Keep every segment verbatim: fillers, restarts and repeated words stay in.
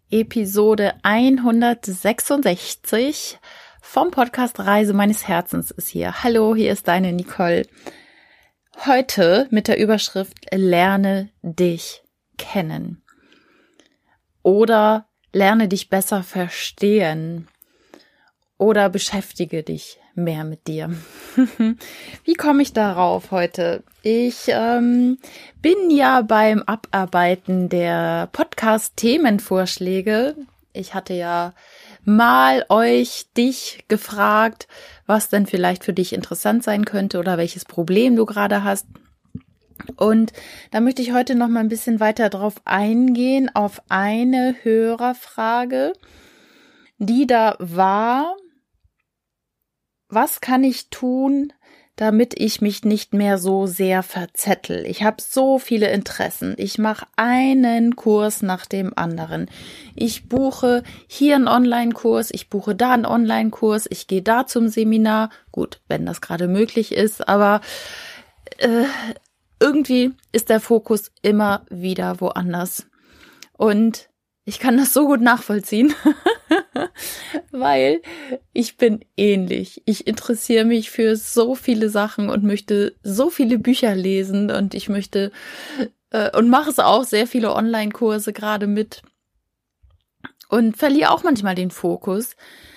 Episode hundertsechsundsechzig vom Podcast Reise meines Herzens ist hier. Hallo, hier ist deine Nicole. Heute mit der Überschrift Lerne dich kennen oder lerne dich besser verstehen oder beschäftige dich mehr mit dir. Wie komme ich darauf heute? Ich ähm, bin ja beim Abarbeiten der Podcast-Themenvorschläge. Ich hatte ja mal euch, dich gefragt, was denn vielleicht für dich interessant sein könnte oder welches Problem du gerade hast. Und da möchte ich heute noch mal ein bisschen weiter drauf eingehen, auf eine Hörerfrage, die da war: Was kann ich tun, damit ich mich nicht mehr so sehr verzettel? Ich habe so viele Interessen. Ich mache einen Kurs nach dem anderen. Ich buche hier einen Online-Kurs, ich buche da einen Online-Kurs, ich gehe da zum Seminar. Gut, wenn das gerade möglich ist, aber äh, irgendwie ist der Fokus immer wieder woanders. Und ich kann das so gut nachvollziehen, weil ich bin ähnlich. Ich interessiere mich für so viele Sachen und möchte so viele Bücher lesen und ich möchte äh, und mache es auch sehr viele Online-Kurse gerade mit und verliere auch manchmal den Fokus.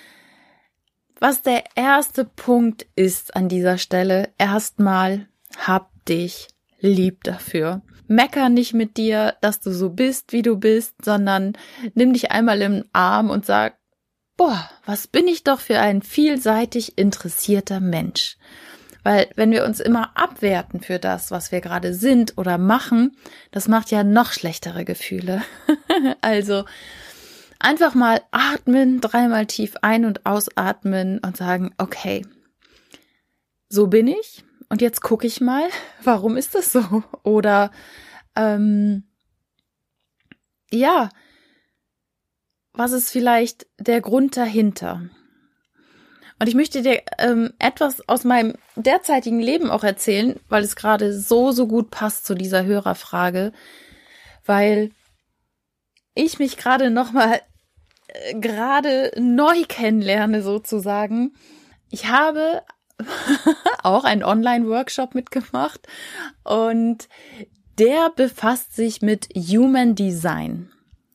Was der erste Punkt ist an dieser Stelle: Erstmal hab dich lieb dafür. Mecker nicht mit dir, dass du so bist, wie du bist, sondern nimm dich einmal im Arm und sag: Boah, was bin ich doch für ein vielseitig interessierter Mensch. Weil wenn wir uns immer abwerten für das, was wir gerade sind oder machen, das macht ja noch schlechtere Gefühle. Also einfach mal atmen, dreimal tief ein- und ausatmen und sagen: Okay, so bin ich. Und jetzt gucke ich mal, warum ist das so? Oder ähm, ja, was ist vielleicht der Grund dahinter? Und ich möchte dir ähm, etwas aus meinem derzeitigen Leben auch erzählen, weil es gerade so, so gut passt zu dieser Hörerfrage, weil ich mich gerade nochmal äh, gerade neu kennenlerne sozusagen. Ich habe auch einen Online-Workshop mitgemacht und der befasst sich mit Human Design.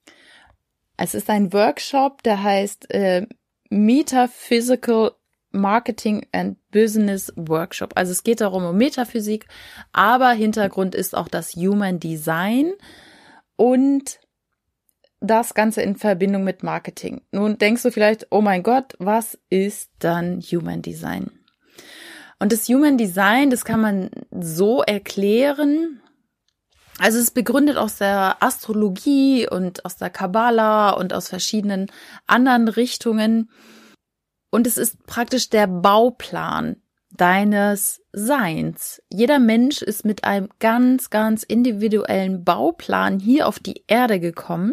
Es ist ein Workshop, der heißt äh, Metaphysical Marketing and Business Workshop. Also es geht darum um Metaphysik, aber Hintergrund ist auch das Human Design und das Ganze in Verbindung mit Marketing. Nun denkst du vielleicht: Oh mein Gott, was ist dann Human Design? Und das Human Design, das kann man so erklären. Also es ist begründet aus der Astrologie und aus der Kabbala und aus verschiedenen anderen Richtungen. Und es ist praktisch der Bauplan deines Seins. Jeder Mensch ist mit einem ganz, ganz individuellen Bauplan hier auf die Erde gekommen.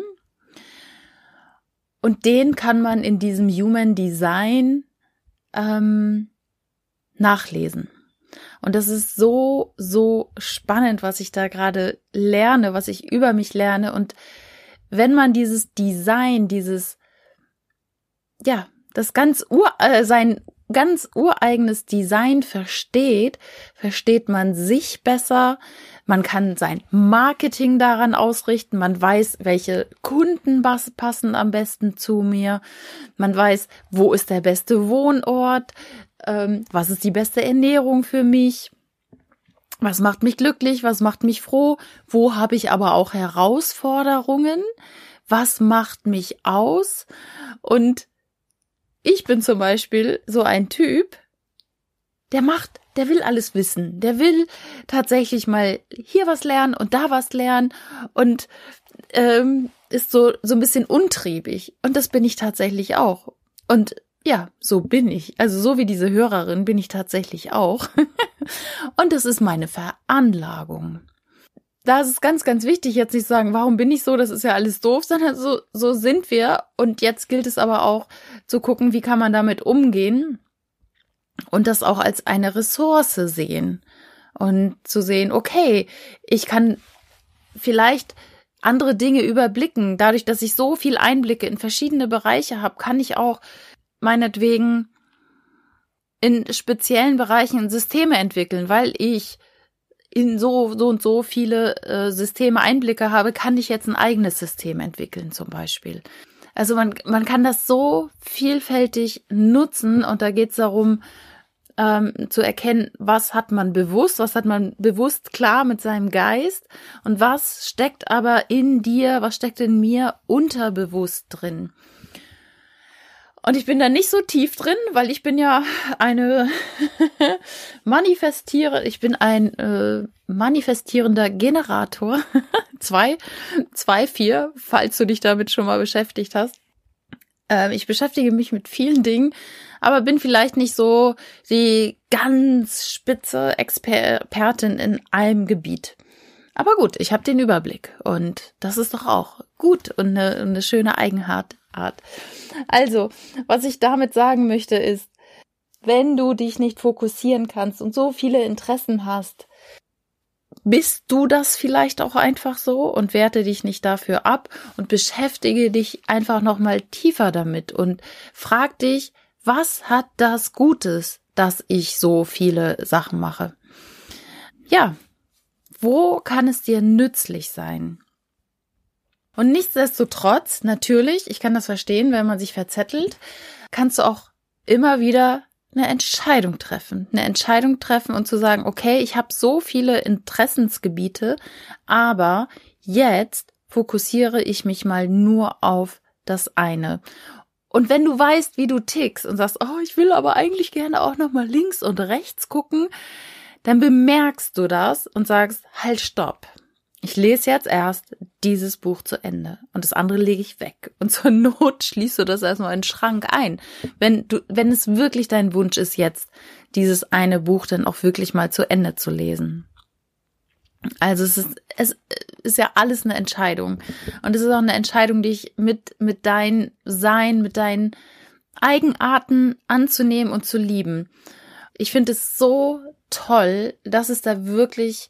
Und den kann man in diesem Human Design ähm, nachlesen. Und das ist so, so spannend, was ich da gerade lerne, was ich über mich lerne. Und wenn man dieses Design, dieses, ja, das ganz ur, äh, sein ganz ureigenes Design versteht, versteht man sich besser. Man kann sein Marketing daran ausrichten. Man weiß, welche Kunden passen am besten zu mir. Man weiß, wo ist der beste Wohnort. Was ist die beste Ernährung für mich? Was macht mich glücklich? Was macht mich froh? Wo habe ich aber auch Herausforderungen? Was macht mich aus? Und ich bin zum Beispiel so ein Typ, der macht, der will alles wissen. Der will tatsächlich mal hier was lernen und da was lernen und ähm, ist so, so ein bisschen untriebig. Und das bin ich tatsächlich auch. Und ja, so bin ich. Also so wie diese Hörerin bin ich tatsächlich auch. Und das ist meine Veranlagung. Da ist es ganz, ganz wichtig, jetzt nicht zu sagen: Warum bin ich so, das ist ja alles doof, sondern so, so sind wir. Und jetzt gilt es aber auch zu gucken, wie kann man damit umgehen und das auch als eine Ressource sehen. Und zu sehen: Okay, ich kann vielleicht andere Dinge überblicken. Dadurch, dass ich so viel Einblicke in verschiedene Bereiche habe, kann ich auch meinetwegen in speziellen Bereichen Systeme entwickeln, weil ich in so, so und so viele äh, Systeme Einblicke habe, kann ich jetzt ein eigenes System entwickeln zum Beispiel. Also man, man kann das so vielfältig nutzen und da geht es darum, ähm, zu erkennen, was hat man bewusst, was hat man bewusst klar mit seinem Geist und was steckt aber in dir, was steckt in mir unterbewusst drin. Und ich bin da nicht so tief drin, weil ich bin ja eine manifestiere, ich bin ein äh, manifestierender Generator. zwei, zwei, vier, falls du dich damit schon mal beschäftigt hast. Ähm, ich beschäftige mich mit vielen Dingen, aber bin vielleicht nicht so die ganz spitze Expertin in einem Gebiet. Aber gut, ich habe den Überblick und das ist doch auch gut und eine, eine schöne Eigenart. Also, was ich damit sagen möchte ist, wenn du dich nicht fokussieren kannst und so viele Interessen hast, bist du das vielleicht auch einfach so und werte dich nicht dafür ab und beschäftige dich einfach nochmal tiefer damit und frag dich, was hat das Gutes, dass ich so viele Sachen mache? Ja, wo kann es dir nützlich sein? Und nichtsdestotrotz, natürlich, ich kann das verstehen, wenn man sich verzettelt, kannst du auch immer wieder eine Entscheidung treffen. Eine Entscheidung treffen und zu sagen, okay, ich habe so viele Interessensgebiete, aber jetzt fokussiere ich mich mal nur auf das eine. Und wenn du weißt, wie du tickst und sagst, oh, ich will aber eigentlich gerne auch nochmal links und rechts gucken, dann bemerkst du das und sagst, halt, stopp. Ich lese jetzt erst dieses Buch zu Ende und das andere lege ich weg. Und zur Not schließt du das erstmal in den Schrank ein. Wenn du, wenn es wirklich dein Wunsch ist, jetzt dieses eine Buch dann auch wirklich mal zu Ende zu lesen. Also es ist, es ist ja alles eine Entscheidung. Und es ist auch eine Entscheidung, dich mit, mit dein Sein, mit deinen Eigenarten anzunehmen und zu lieben. Ich finde es so toll, dass es da wirklich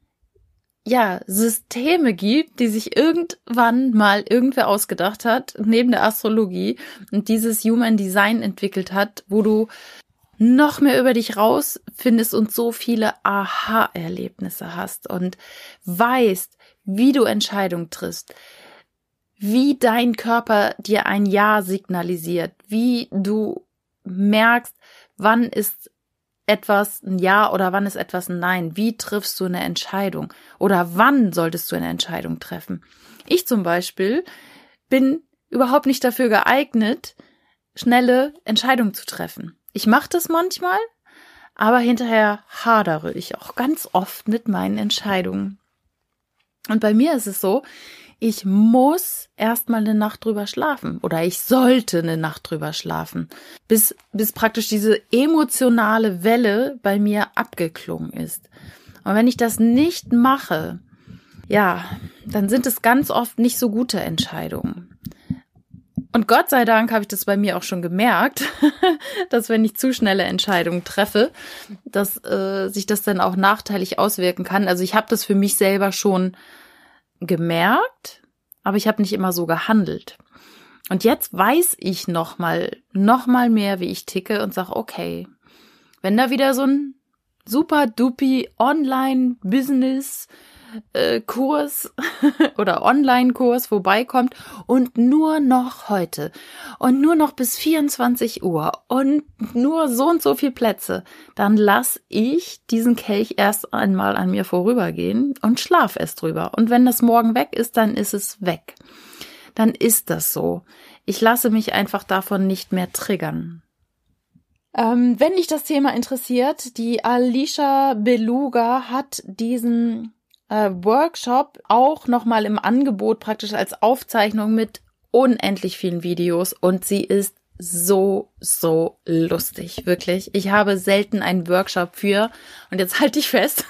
ja, Systeme gibt, die sich irgendwann mal irgendwer ausgedacht hat, neben der Astrologie und dieses Human Design entwickelt hat, wo du noch mehr über dich rausfindest und so viele Aha-Erlebnisse hast und weißt, wie du Entscheidungen triffst, wie dein Körper dir ein Ja signalisiert, wie du merkst, wann ist etwas ein Ja oder wann ist etwas ein Nein? Wie triffst du eine Entscheidung? Oder wann solltest du eine Entscheidung treffen? Ich zum Beispiel bin überhaupt nicht dafür geeignet, schnelle Entscheidungen zu treffen. Ich mache das manchmal, aber hinterher hadere ich auch ganz oft mit meinen Entscheidungen. Und bei mir ist es so, ich muss erstmal eine Nacht drüber schlafen oder ich sollte eine Nacht drüber schlafen, bis, bis praktisch diese emotionale Welle bei mir abgeklungen ist. Und wenn ich das nicht mache, ja, dann sind es ganz oft nicht so gute Entscheidungen. Und Gott sei Dank habe ich das bei mir auch schon gemerkt, dass wenn ich zu schnelle Entscheidungen treffe, dass äh, sich das dann auch nachteilig auswirken kann. Also ich habe das für mich selber schon gemerkt, aber ich habe nicht immer so gehandelt. Und jetzt weiß ich noch mal, noch mal mehr, wie ich ticke und sage, okay, wenn da wieder so ein super dupi Online-Business äh, Kurs oder Online-Kurs vorbeikommt und nur noch heute und nur noch bis vierundzwanzig Uhr und nur so und so viel Plätze, dann lass ich diesen Kelch erst einmal an mir vorübergehen und schlaf erst drüber. Und wenn das morgen weg ist, dann ist es weg. Dann ist das so. Ich lasse mich einfach davon nicht mehr triggern. Ähm, wenn dich das Thema interessiert, die Alicia Beluga hat diesen äh, Workshop auch nochmal im Angebot praktisch als Aufzeichnung mit unendlich vielen Videos und sie ist so, so lustig, wirklich. Ich habe selten einen Workshop für, und jetzt halt dich fest,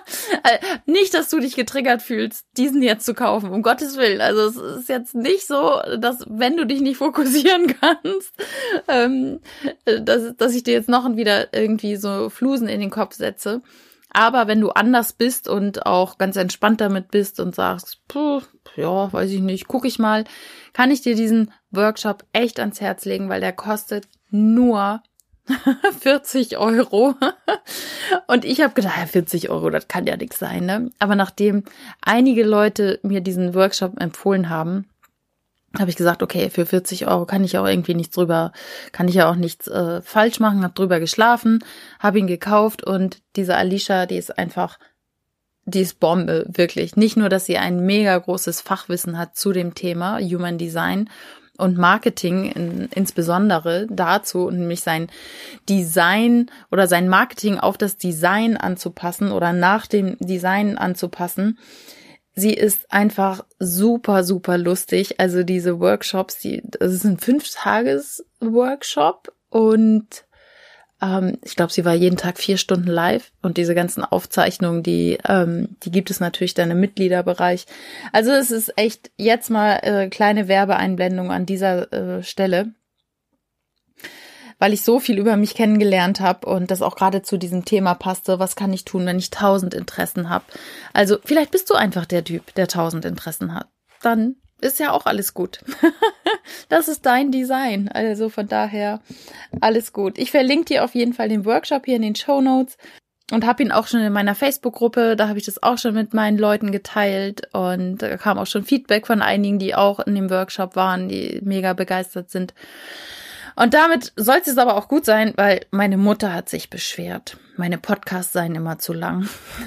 nicht, dass du dich getriggert fühlst, diesen jetzt zu kaufen, um Gottes Willen. Also es ist jetzt nicht so, dass, wenn du dich nicht fokussieren kannst, ähm, dass, dass ich dir jetzt noch wieder irgendwie so Flusen in den Kopf setze. Aber wenn du anders bist und auch ganz entspannt damit bist und sagst, puh, ja, weiß ich nicht, guck ich mal, kann ich dir diesen Workshop echt ans Herz legen, weil der kostet nur vierzig Euro. Und ich habe gedacht, ja, vierzig Euro, das kann ja nichts sein, ne? Aber nachdem einige Leute mir diesen Workshop empfohlen haben, habe ich gesagt, okay, für vierzig Euro kann ich auch irgendwie nichts drüber, kann ich ja auch nichts äh, falsch machen, habe drüber geschlafen, habe ihn gekauft und diese Alicia, die ist einfach, die ist Bombe, wirklich. Nicht nur, dass sie ein mega großes Fachwissen hat zu dem Thema Human Design und Marketing in, insbesondere dazu, nämlich sein Design oder sein Marketing auf das Design anzupassen oder nach dem Design anzupassen. Sie ist einfach super, super lustig. Also diese Workshops, die, das ist ein Fünf-Tages-Workshop und ähm, ich glaube, sie war jeden Tag vier Stunden live und diese ganzen Aufzeichnungen, die ähm, die gibt es natürlich dann im Mitgliederbereich. Also es ist echt jetzt mal äh, kleine Werbeeinblendung an dieser äh, Stelle, weil ich so viel über mich kennengelernt habe und das auch gerade zu diesem Thema passte. Was kann ich tun, wenn ich tausend Interessen habe? Also vielleicht bist du einfach der Typ, der tausend Interessen hat. Dann ist ja auch alles gut. Das ist dein Design. Also von daher alles gut. Ich verlinke dir auf jeden Fall den Workshop hier in den Shownotes und habe ihn auch schon in meiner Facebook-Gruppe. Da habe ich das auch schon mit meinen Leuten geteilt und da kam auch schon Feedback von einigen, die auch in dem Workshop waren, die mega begeistert sind. Und damit sollte es aber auch gut sein, weil meine Mutter hat sich beschwert. Meine Podcasts seien immer zu lang.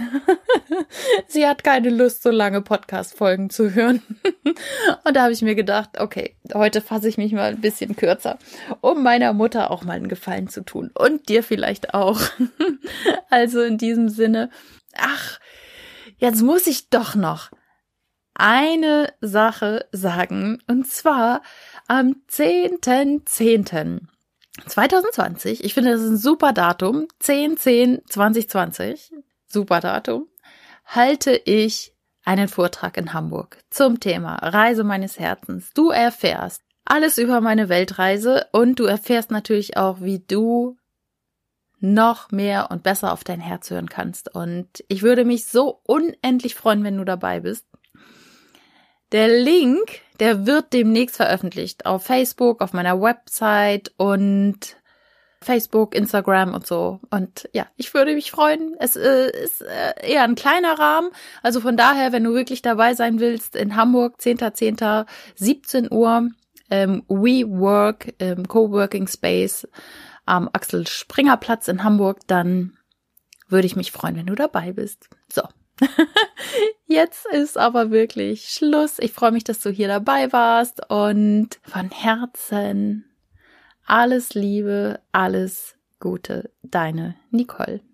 Sie hat keine Lust, so lange Podcast-Folgen zu hören. Und da habe ich mir gedacht, okay, heute fasse ich mich mal ein bisschen kürzer, um meiner Mutter auch mal einen Gefallen zu tun. Und dir vielleicht auch. Also in diesem Sinne, ach, jetzt muss ich doch noch eine Sache sagen. Und zwar am zehnten zehnten zweitausendzwanzig, ich finde, das ist ein super Datum, zehn zehn zweitausendzwanzig, super Datum, halte ich einen Vortrag in Hamburg zum Thema Reise meines Herzens. Du erfährst alles über meine Weltreise und du erfährst natürlich auch, wie du noch mehr und besser auf dein Herz hören kannst. Und ich würde mich so unendlich freuen, wenn du dabei bist. Der Link, der wird demnächst veröffentlicht auf Facebook, auf meiner Website und Facebook, Instagram und so. Und ja, ich würde mich freuen. Es äh, ist äh, eher ein kleiner Rahmen. Also von daher, wenn du wirklich dabei sein willst, in Hamburg, zehnten zehnten siebzehn Uhr, ähm, WeWork, ähm, Coworking Space am Axel-Springer-Platz in Hamburg, dann würde ich mich freuen, wenn du dabei bist. So. Jetzt ist aber wirklich Schluss. Ich freue mich, dass du hier dabei warst und von Herzen alles Liebe, alles Gute, deine Nicole.